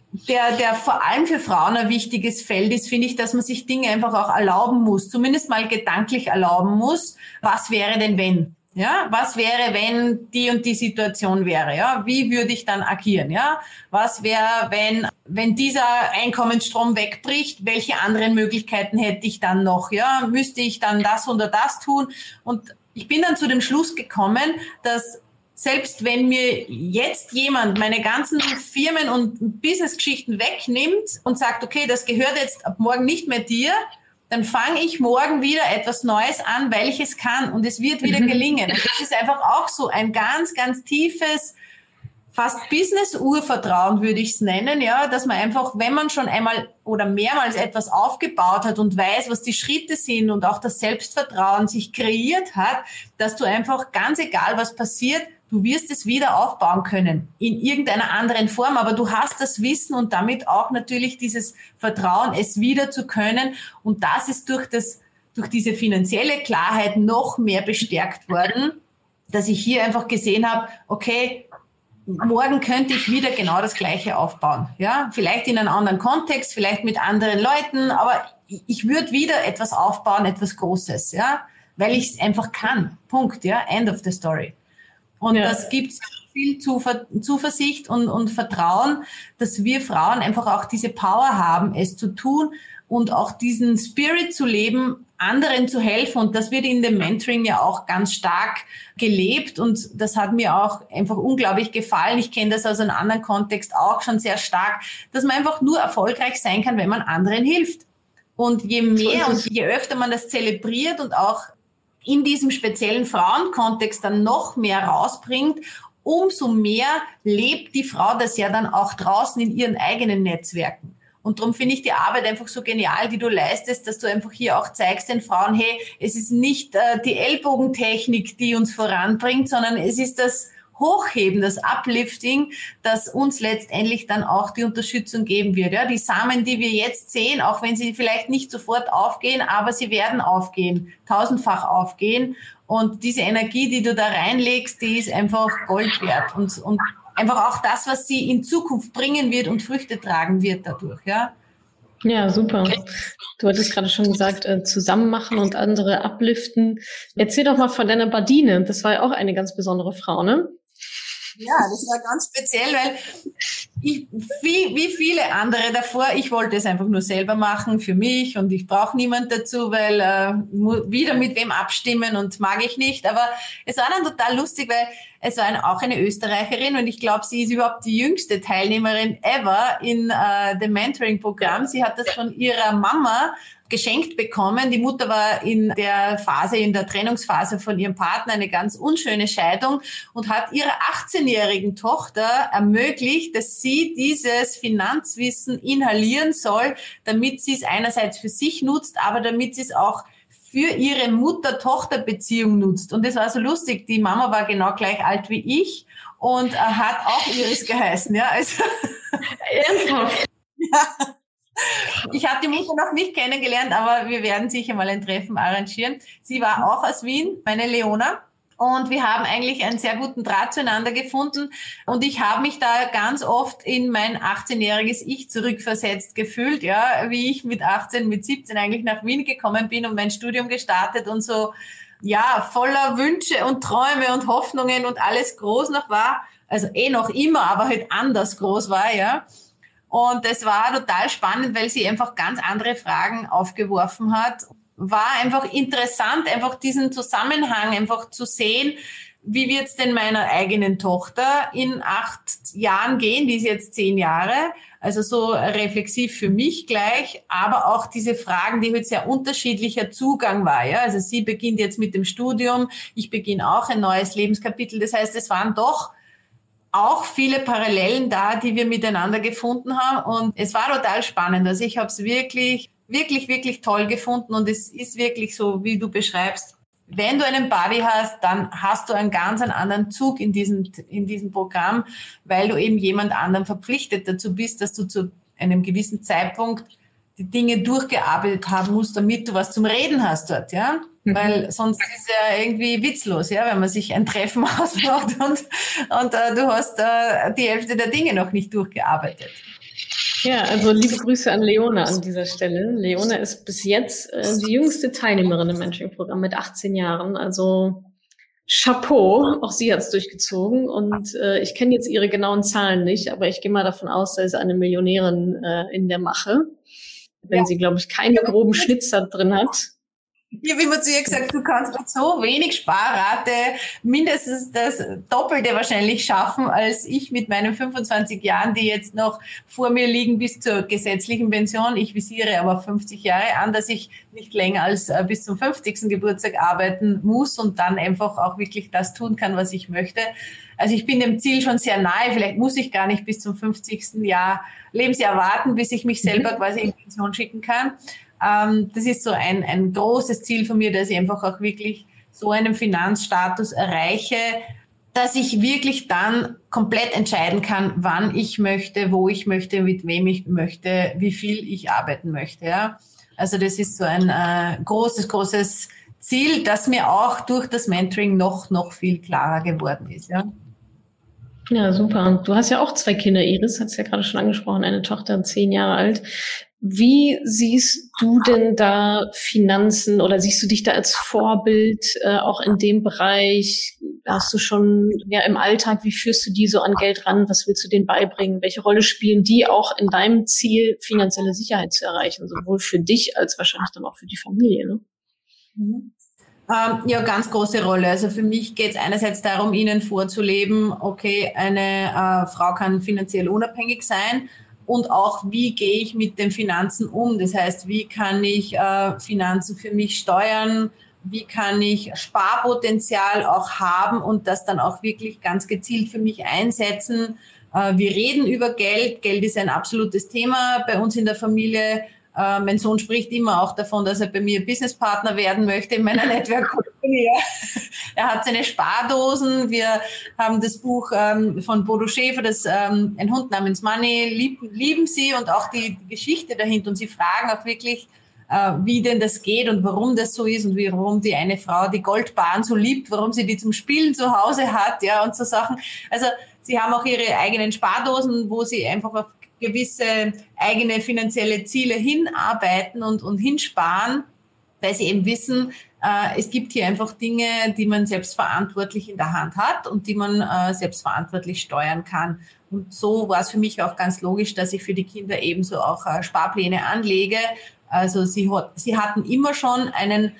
der vor allem für Frauen ein wichtiges Feld ist, finde ich, dass man sich Dinge einfach auch erlauben muss, zumindest mal gedanklich erlauben muss. Was wäre denn wenn? Ja, was wäre, wenn die und die Situation wäre? Ja, wie würde ich dann agieren? Ja, was wäre, wenn dieser Einkommensstrom wegbricht? Welche anderen Möglichkeiten hätte ich dann noch? Ja, müsste ich dann das oder das tun? Und ich bin dann zu dem Schluss gekommen, dass selbst wenn mir jetzt jemand meine ganzen Firmen- und Businessgeschichten wegnimmt und sagt, okay, das gehört jetzt ab morgen nicht mehr dir, dann fange ich morgen wieder etwas Neues an, weil ich es kann und es wird wieder gelingen. Und das ist einfach auch so ein ganz, ganz tiefes, fast Business-Urvertrauen würde ich es nennen, ja, dass man einfach, wenn man schon einmal oder mehrmals etwas aufgebaut hat und weiß, was die Schritte sind und auch das Selbstvertrauen sich kreiert hat, dass du einfach ganz egal, was passiert, du wirst es wieder aufbauen können in irgendeiner anderen Form, aber du hast das Wissen und damit auch natürlich dieses Vertrauen, es wieder zu können und das ist durch diese finanzielle Klarheit noch mehr bestärkt worden, dass ich hier einfach gesehen habe, okay, morgen könnte ich wieder genau das Gleiche aufbauen. Ja, vielleicht in einem anderen Kontext, vielleicht mit anderen Leuten, aber ich würde wieder etwas aufbauen, etwas Großes, ja, weil ich es einfach kann. Punkt, ja, end of the story. Und das gibt viel Zuversicht und Vertrauen, dass wir Frauen einfach auch diese Power haben, es zu tun und auch diesen Spirit zu leben, anderen zu helfen. Und das wird in dem Mentoring ja auch ganz stark gelebt. Und das hat mir auch einfach unglaublich gefallen. Ich kenne das aus einem anderen Kontext auch schon sehr stark, dass man einfach nur erfolgreich sein kann, wenn man anderen hilft. Und je mehr und je öfter man das zelebriert und auch in diesem speziellen Frauenkontext dann noch mehr rausbringt, umso mehr lebt die Frau das ja dann auch draußen in ihren eigenen Netzwerken. Und darum finde ich die Arbeit einfach so genial, die du leistest, dass du einfach hier auch zeigst den Frauen, hey, es ist nicht die Ellbogentechnik, die uns voranbringt, sondern es ist das Hochheben, das Uplifting, das uns letztendlich dann auch die Unterstützung geben wird. Ja, die Samen, die wir jetzt sehen, auch wenn sie vielleicht nicht sofort aufgehen, aber sie werden aufgehen, tausendfach aufgehen. Und diese Energie, die du da reinlegst, die ist einfach Gold wert und einfach auch das, was sie in Zukunft bringen wird und Früchte tragen wird dadurch. Ja. Ja, super. Du hattest gerade schon gesagt, zusammen machen und andere upliften. Erzähl doch mal von deiner Badine. Das war ja auch eine ganz besondere Frau, ne? Ja, das war ganz speziell, weil ich, wie viele andere davor, ich wollte es einfach nur selber machen für mich und ich brauche niemand dazu, weil wieder mit wem abstimmen und mag ich nicht. Aber es war dann total lustig, weil es war auch eine Österreicherin und ich glaube, sie ist überhaupt die jüngste Teilnehmerin ever in dem Mentoring-Programm. Sie hat das von ihrer Mama geschenkt bekommen. Die Mutter war in der Trennungsphase von ihrem Partner, eine ganz unschöne Scheidung und hat ihrer 18-jährigen Tochter ermöglicht, dass sie dieses Finanzwissen inhalieren soll, damit sie es einerseits für sich nutzt, aber damit sie es auch für ihre Mutter-Tochter-Beziehung nutzt. Und das war so lustig. Die Mama war genau gleich alt wie ich und hat auch Iris geheißen. Ja, also ernsthaft? Ja. Ich habe die Mutter noch nicht kennengelernt, aber wir werden sicher mal ein Treffen arrangieren. Sie war auch aus Wien, meine Leona. Und wir haben eigentlich einen sehr guten Draht zueinander gefunden. Und ich habe mich da ganz oft in mein 18-jähriges Ich zurückversetzt gefühlt, ja, wie ich mit 18, mit 17 eigentlich nach Wien gekommen bin und mein Studium gestartet und so, ja, voller Wünsche und Träume und Hoffnungen und alles groß noch war. Also noch immer, aber halt anders groß war, ja. Und es war total spannend, weil sie einfach ganz andere Fragen aufgeworfen hat. war einfach interessant, einfach diesen Zusammenhang einfach zu sehen, wie wird es denn meiner eigenen Tochter in 8 Jahren gehen, die ist jetzt 10 Jahre, also so reflexiv für mich gleich, aber auch diese Fragen, die halt sehr unterschiedlicher Zugang war, ja, also sie beginnt jetzt mit dem Studium, ich beginne auch ein neues Lebenskapitel, das heißt, es waren doch auch viele Parallelen da, die wir miteinander gefunden haben und es war total spannend, also ich habe es wirklich, wirklich, wirklich toll gefunden und es ist wirklich so, wie du beschreibst. Wenn du einen Buddy hast, dann hast du einen ganz anderen Zug in diesem Programm, weil du eben jemand anderen verpflichtet dazu bist, dass du zu einem gewissen Zeitpunkt die Dinge durchgearbeitet haben musst, damit du was zum Reden hast dort, ja? Weil sonst ist ja irgendwie witzlos, ja, wenn man sich ein Treffen ausmacht und du hast die Hälfte der Dinge noch nicht durchgearbeitet. Ja, also liebe Grüße an Leona an dieser Stelle. Leona ist bis jetzt die jüngste Teilnehmerin im Mentoring-Programm mit 18 Jahren. Also Chapeau, auch sie hat es durchgezogen. Und ich kenne jetzt ihre genauen Zahlen nicht, aber ich gehe mal davon aus, da ist eine Millionärin in der Mache. Wenn sie, glaube ich, keine groben Schnitzer drin hat. Ich habe immer zu ihr gesagt, du kannst mit so wenig Sparrate mindestens das Doppelte wahrscheinlich schaffen, als ich mit meinen 25 Jahren, die jetzt noch vor mir liegen bis zur gesetzlichen Pension. Ich visiere aber 50 Jahre an, dass ich nicht länger als bis zum 50. Geburtstag arbeiten muss und dann einfach auch wirklich das tun kann, was ich möchte. Also ich bin dem Ziel schon sehr nahe. Vielleicht muss ich gar nicht bis zum 50. Lebensjahr warten, bis ich mich selber quasi in Pension schicken kann. Das ist so ein großes Ziel von mir, dass ich einfach auch wirklich so einen Finanzstatus erreiche, dass ich wirklich dann komplett entscheiden kann, wann ich möchte, wo ich möchte, mit wem ich möchte, wie viel ich arbeiten möchte. Ja? Also das ist so ein großes Ziel, das mir auch durch das Mentoring noch viel klarer geworden ist. Ja? Ja, super. Und du hast ja auch 2 Kinder, Iris, hast ja gerade schon angesprochen, eine Tochter, 10 Jahre alt. Wie siehst du denn da Finanzen oder siehst du dich da als Vorbild auch in dem Bereich? Hast du schon im Alltag, wie führst du die so an Geld ran? Was willst du denen beibringen? Welche Rolle spielen die auch in deinem Ziel, finanzielle Sicherheit zu erreichen? Sowohl für dich als wahrscheinlich dann auch für die Familie, ne? Mhm. Ja, ganz große Rolle. Also für mich geht es einerseits darum, ihnen vorzuleben, okay, eine Frau kann finanziell unabhängig sein und auch, wie gehe ich mit den Finanzen um? Das heißt, wie kann ich Finanzen für mich steuern? Wie kann ich Sparpotenzial auch haben und das dann auch wirklich ganz gezielt für mich einsetzen? Wir reden über Geld. Geld ist ein absolutes Thema bei uns in der Familie. Mein Sohn spricht immer auch davon, dass er bei mir Businesspartner werden möchte in meiner Network-Company. Er hat seine Spardosen. Wir haben das Buch von Bodo Schäfer, das Ein Hund namens Money, lieben sie und auch die Geschichte dahinter. Und sie fragen auch wirklich, wie denn das geht und warum das so ist und warum die eine Frau die Goldbahn so liebt, warum sie die zum Spielen zu Hause hat, ja, und so Sachen. Also sie haben auch ihre eigenen Spardosen, wo sie einfach auf gewisse eigene finanzielle Ziele hinarbeiten und hinsparen, weil sie eben wissen, es gibt hier einfach Dinge, die man selbstverantwortlich in der Hand hat und die man selbstverantwortlich steuern kann. Und so war es für mich auch ganz logisch, dass ich für die Kinder ebenso auch Sparpläne anlege. Also sie hatten immer schon einen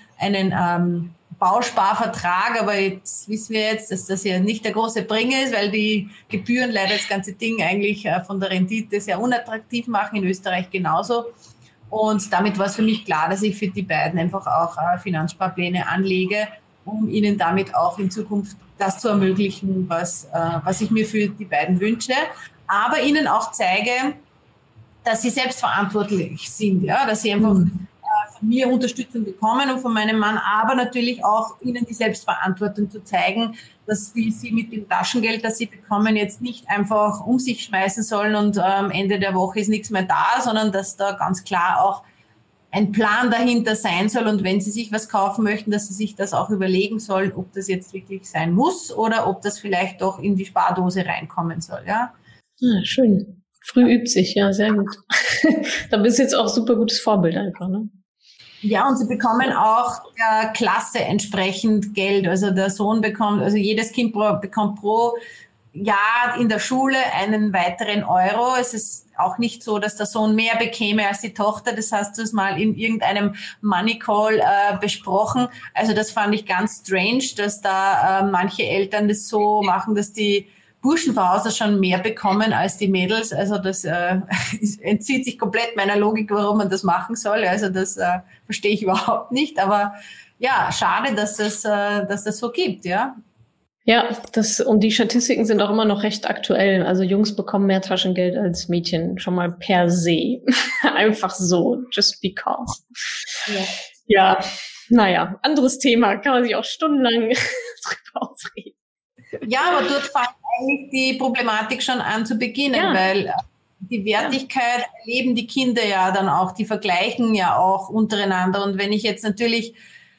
Bausparvertrag, aber jetzt wissen wir jetzt, dass das ja nicht der große Bringer ist, weil die Gebühren leider das ganze Ding eigentlich von der Rendite sehr unattraktiv machen, in Österreich genauso. Und damit war es für mich klar, dass ich für die beiden einfach auch Finanzsparpläne anlege, um ihnen damit auch in Zukunft das zu ermöglichen, was ich mir für die beiden wünsche. Aber ihnen auch zeige, dass sie selbstverantwortlich sind, ja, dass sie einfach von mir Unterstützung bekommen und von meinem Mann, aber natürlich auch ihnen die Selbstverantwortung zu zeigen, dass sie mit dem Taschengeld, das sie bekommen, jetzt nicht einfach um sich schmeißen sollen und am Ende der Woche ist nichts mehr da, sondern dass da ganz klar auch ein Plan dahinter sein soll und wenn sie sich was kaufen möchten, dass sie sich das auch überlegen sollen, ob das jetzt wirklich sein muss oder ob das vielleicht doch in die Spardose reinkommen soll, ja. Ja, schön. Früh übt sich, ja, sehr gut. Da bist du jetzt auch super gutes Vorbild einfach, ne? Ja, und sie bekommen auch der Klasse entsprechend Geld. Also der Sohn bekommt, also jedes Kind bekommt pro ja, in der Schule einen weiteren Euro. Es ist auch nicht so, dass der Sohn mehr bekäme als die Tochter. Das hast du es mal in irgendeinem Money Call besprochen. Also das fand ich ganz strange, dass da manche Eltern das so machen, dass die Burschen von Haus aus schon mehr bekommen als die Mädels. Also das entzieht sich komplett meiner Logik, warum man das machen soll. Also das verstehe ich überhaupt nicht. Aber ja, schade, dass das so gibt, ja. Ja, und die Statistiken sind auch immer noch recht aktuell. Also Jungs bekommen mehr Taschengeld als Mädchen, schon mal per se. Einfach so, just because. Ja, naja, anderes Thema, kann man sich auch stundenlang drüber aufreden. Ja, aber dort fängt eigentlich die Problematik schon an zu beginnen, weil die Wertigkeit erleben die Kinder ja dann auch, die vergleichen ja auch untereinander. Und wenn ich jetzt natürlich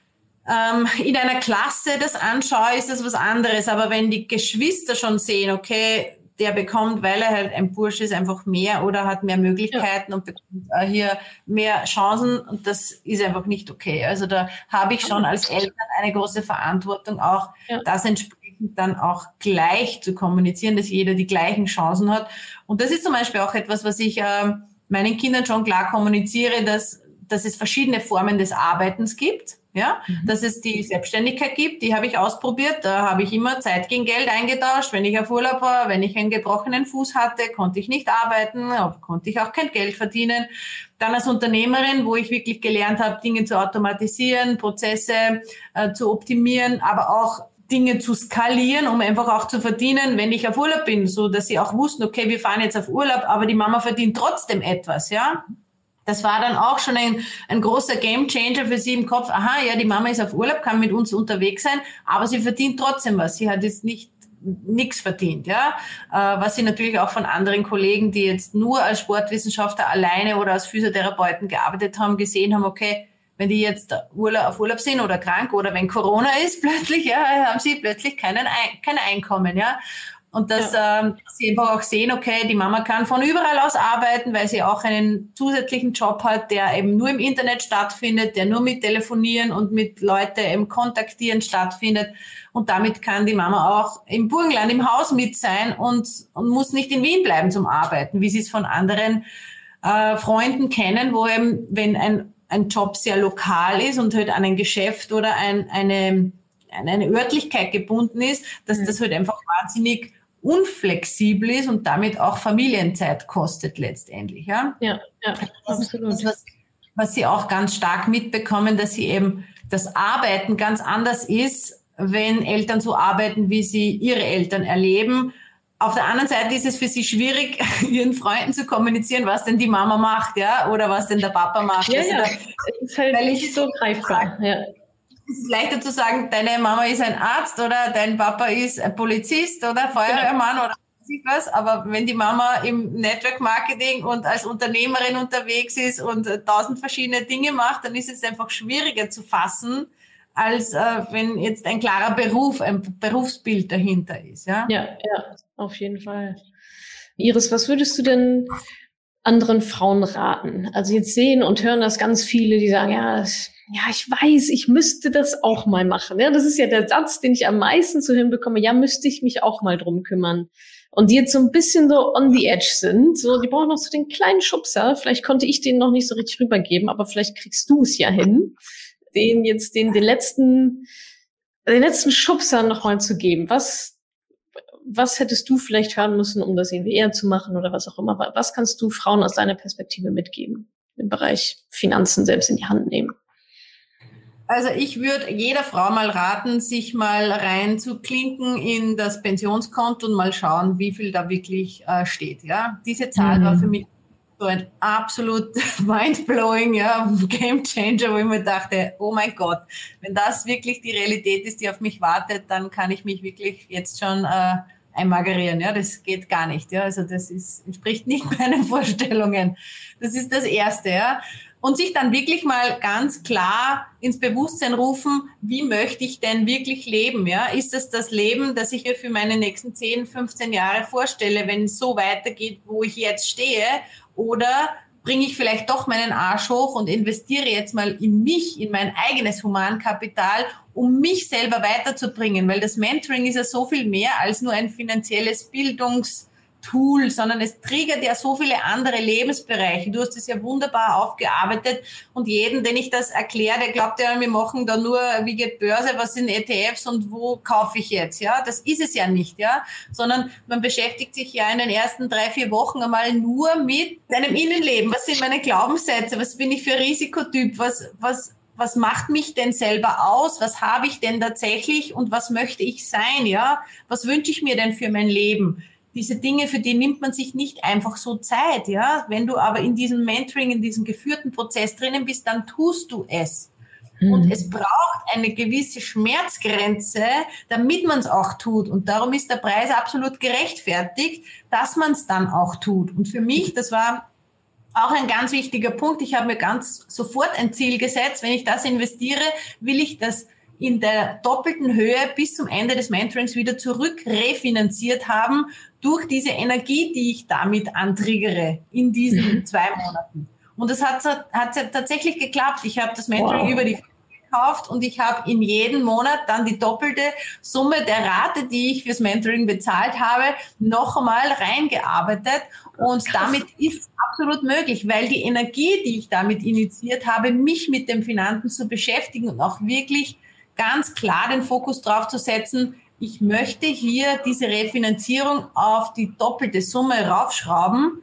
in einer Klasse das anschaue, ist das was anderes. Aber wenn die Geschwister schon sehen, okay, der bekommt, weil er halt ein Bursch ist, einfach mehr oder hat mehr Möglichkeiten und bekommt hier mehr Chancen, und das ist einfach nicht okay. Also da habe ich schon als Eltern eine große Verantwortung, auch das entsprechend dann auch gleich zu kommunizieren, dass jeder die gleichen Chancen hat. Und das ist zum Beispiel auch etwas, was ich meinen Kindern schon klar kommuniziere, dass es verschiedene Formen des Arbeitens gibt. Ja, dass es die Selbstständigkeit gibt, die habe ich ausprobiert. Da habe ich immer Zeit gegen Geld eingetauscht. Wenn ich auf Urlaub war, wenn ich einen gebrochenen Fuß hatte, konnte ich nicht arbeiten, konnte ich auch kein Geld verdienen. Dann als Unternehmerin, wo ich wirklich gelernt habe, Dinge zu automatisieren, Prozesse zu optimieren, aber auch Dinge zu skalieren, um einfach auch zu verdienen, wenn ich auf Urlaub bin, so dass sie auch wussten, okay, wir fahren jetzt auf Urlaub, aber die Mama verdient trotzdem etwas, ja. Das war dann auch schon ein großer Gamechanger für sie im Kopf. Aha, ja, die Mama ist auf Urlaub, kann mit uns unterwegs sein, aber sie verdient trotzdem was. Sie hat jetzt nichts verdient, ja. Was sie natürlich auch von anderen Kollegen, die jetzt nur als Sportwissenschaftler alleine oder als Physiotherapeuten gearbeitet haben, gesehen haben, okay, wenn die jetzt auf Urlaub sind oder krank oder wenn Corona ist, plötzlich, ja, haben sie plötzlich kein Einkommen, ja. Und dass sie einfach auch sehen, okay, die Mama kann von überall aus arbeiten, weil sie auch einen zusätzlichen Job hat, der eben nur im Internet stattfindet, der nur mit Telefonieren und mit Leute im Kontaktieren stattfindet. Und damit kann die Mama auch im Burgenland, im Haus mit sein und muss nicht in Wien bleiben zum Arbeiten, wie sie es von anderen Freunden kennen, wo eben, wenn ein Job sehr lokal ist und halt an ein Geschäft oder eine Örtlichkeit gebunden ist, dass das halt einfach wahnsinnig unflexibel ist und damit auch Familienzeit kostet letztendlich. Ja, absolut. Was sie auch ganz stark mitbekommen, dass sie eben das Arbeiten ganz anders ist, wenn Eltern so arbeiten, wie sie ihre Eltern erleben. Auf der anderen Seite ist es für sie schwierig, ihren Freunden zu kommunizieren, was denn die Mama macht, ja, oder was denn der Papa macht. Ja, es ist halt nicht so greifbar. Ja. Es ist leichter zu sagen, deine Mama ist ein Arzt oder dein Papa ist ein Polizist oder Feuerwehrmann oder was, aber wenn die Mama im Network Marketing und als Unternehmerin unterwegs ist und 1000 verschiedene Dinge macht, dann ist es einfach schwieriger zu fassen, als wenn jetzt ein klarer ein Berufsbild dahinter ist. Ja, auf jeden Fall. Iris, was würdest du denn anderen Frauen raten? Also jetzt sehen und hören das ganz viele, die sagen, ich weiß, ich müsste das auch mal machen. Ja, das ist ja der Satz, den ich am meisten zu hinbekomme. Ja, müsste ich mich auch mal drum kümmern. Und die jetzt so ein bisschen so on the edge sind, so, die brauchen noch so den kleinen Schubser. Vielleicht konnte ich den noch nicht so richtig rübergeben, aber vielleicht kriegst du es ja hin, den letzten Schubser nochmal zu geben. Was hättest du vielleicht hören müssen, um das irgendwie eher zu machen oder was auch immer? Was kannst du Frauen aus deiner Perspektive mitgeben im Bereich Finanzen selbst in die Hand nehmen? Also ich würde jeder Frau mal raten, sich mal rein zu klinken in das Pensionskonto und mal schauen, wie viel da wirklich steht. Ja, diese Zahl war für mich so ein absolut mindblowing, Game Changer, wo ich mir dachte, oh mein Gott, wenn das wirklich die Realität ist, die auf mich wartet, dann kann ich mich wirklich jetzt schon einmagerieren. Ja, das geht gar nicht. Ja, also das entspricht nicht meinen Vorstellungen. Das ist das Erste. Ja. Und sich dann wirklich mal ganz klar ins Bewusstsein rufen, wie möchte ich denn wirklich leben? Ja? Ist das Leben, das ich mir für meine nächsten 10, 15 Jahre vorstelle, wenn es so weitergeht, wo ich jetzt stehe? Oder bringe ich vielleicht doch meinen Arsch hoch und investiere jetzt mal in mich, in mein eigenes Humankapital, um mich selber weiterzubringen, weil das Mentoring ist ja so viel mehr als nur ein finanzielles Bildungstool, sondern es triggert ja so viele andere Lebensbereiche. Du hast es ja wunderbar aufgearbeitet und jeden, den ich das erkläre, der glaubt ja, wir machen da nur, wie geht Börse, was sind ETFs und wo kaufe ich jetzt, ja? Das ist es ja nicht, ja? Sondern man beschäftigt sich ja in den ersten 3-4 Wochen einmal nur mit seinem Innenleben. Was sind meine Glaubenssätze? Was bin ich für Risikotyp? Was macht mich denn selber aus? Was habe ich denn tatsächlich und was möchte ich sein, ja? Was wünsche ich mir denn für mein Leben? Diese Dinge, für die nimmt man sich nicht einfach so Zeit, ja? Wenn du aber in diesem Mentoring, in diesem geführten Prozess drinnen bist, dann tust du es. Und es braucht eine gewisse Schmerzgrenze, damit man es auch tut. Und darum ist der Preis absolut gerechtfertigt, dass man es dann auch tut. Und für mich, das war auch ein ganz wichtiger Punkt. Ich habe mir ganz sofort ein Ziel gesetzt. Wenn ich das investiere, will ich das in der doppelten Höhe bis zum Ende des Mentorings wieder zurück refinanziert haben durch diese Energie, die ich damit antriggere in diesen 2 Monaten. Und das hat tatsächlich geklappt. Ich habe das Mentoring über die gekauft und ich habe in jeden Monat dann die doppelte Summe der Rate, die ich fürs Mentoring bezahlt habe, noch einmal reingearbeitet. Und damit ist es absolut möglich, weil die Energie, die ich damit initiiert habe, mich mit dem Finanzen zu beschäftigen und auch wirklich ganz klar den Fokus drauf zu setzen, ich möchte hier diese Refinanzierung auf die doppelte Summe raufschrauben,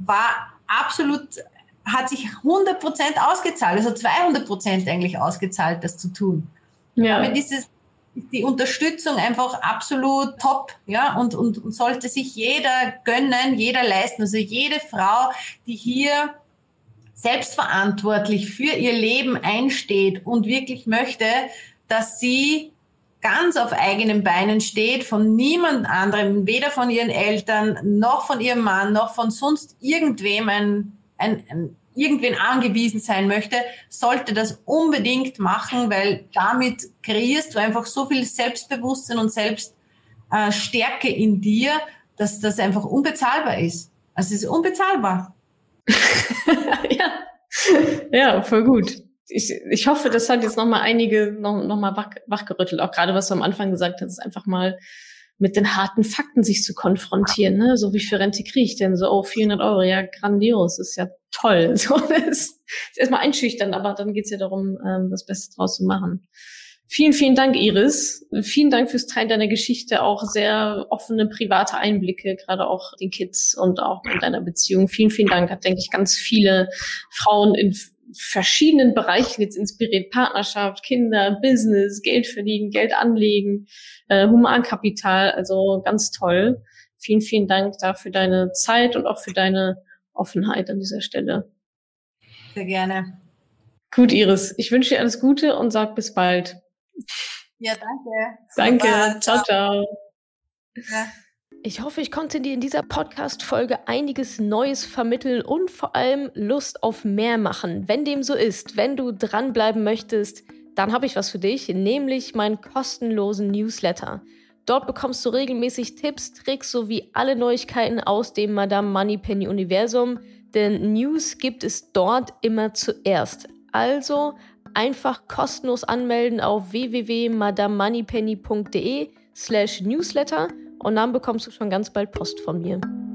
hat sich 100% ausgezahlt, also 200% eigentlich ausgezahlt, das zu tun. Ja. Damit ist die Unterstützung einfach absolut top, ja, und sollte sich jeder gönnen, jeder leisten, also jede Frau, die hier selbstverantwortlich für ihr Leben einsteht und wirklich möchte, dass sie ganz auf eigenen Beinen steht, von niemand anderem, weder von ihren Eltern, noch von ihrem Mann, noch von sonst irgendwem irgendwen angewiesen sein möchte, sollte das unbedingt machen, weil damit kreierst du einfach so viel Selbstbewusstsein und Selbststärke in dir, dass das einfach unbezahlbar ist. Also es ist unbezahlbar. Ja, voll gut. Ich hoffe, das hat jetzt nochmal einige noch mal wachgerüttelt, auch gerade was du am Anfang gesagt hast, einfach mal mit den harten Fakten sich zu konfrontieren, ne? So wie viel Rente kriege ich denn? So, 400 €, ja, grandios, ist ja toll. So, das ist erstmal einschüchtern, aber dann geht's ja darum, das Beste draus zu machen. Vielen, vielen Dank, Iris. Vielen Dank fürs Teilen deiner Geschichte, auch sehr offene, private Einblicke, gerade auch den Kids und auch in deiner Beziehung. Vielen, vielen Dank. Hat, denke ich, ganz viele Frauen in verschiedenen Bereichen jetzt inspiriert. Partnerschaft, Kinder, Business, Geld verdienen, Geld anlegen, Humankapital, also ganz toll. Vielen, vielen Dank da für deine Zeit und auch für deine Offenheit an dieser Stelle. Sehr gerne. Gut, Iris, ich wünsche dir alles Gute und sag bis bald. Ja, danke. Danke. Ciao, ciao. Ja. Ich hoffe, ich konnte dir in dieser Podcast-Folge einiges Neues vermitteln und vor allem Lust auf mehr machen. Wenn dem so ist, wenn du dranbleiben möchtest, dann habe ich was für dich, nämlich meinen kostenlosen Newsletter. Dort bekommst du regelmäßig Tipps, Tricks sowie alle Neuigkeiten aus dem Madame Moneypenny Universum, denn News gibt es dort immer zuerst. Also einfach kostenlos anmelden auf www.madamemoneypenny.de/newsletter und dann bekommst du schon ganz bald Post von mir.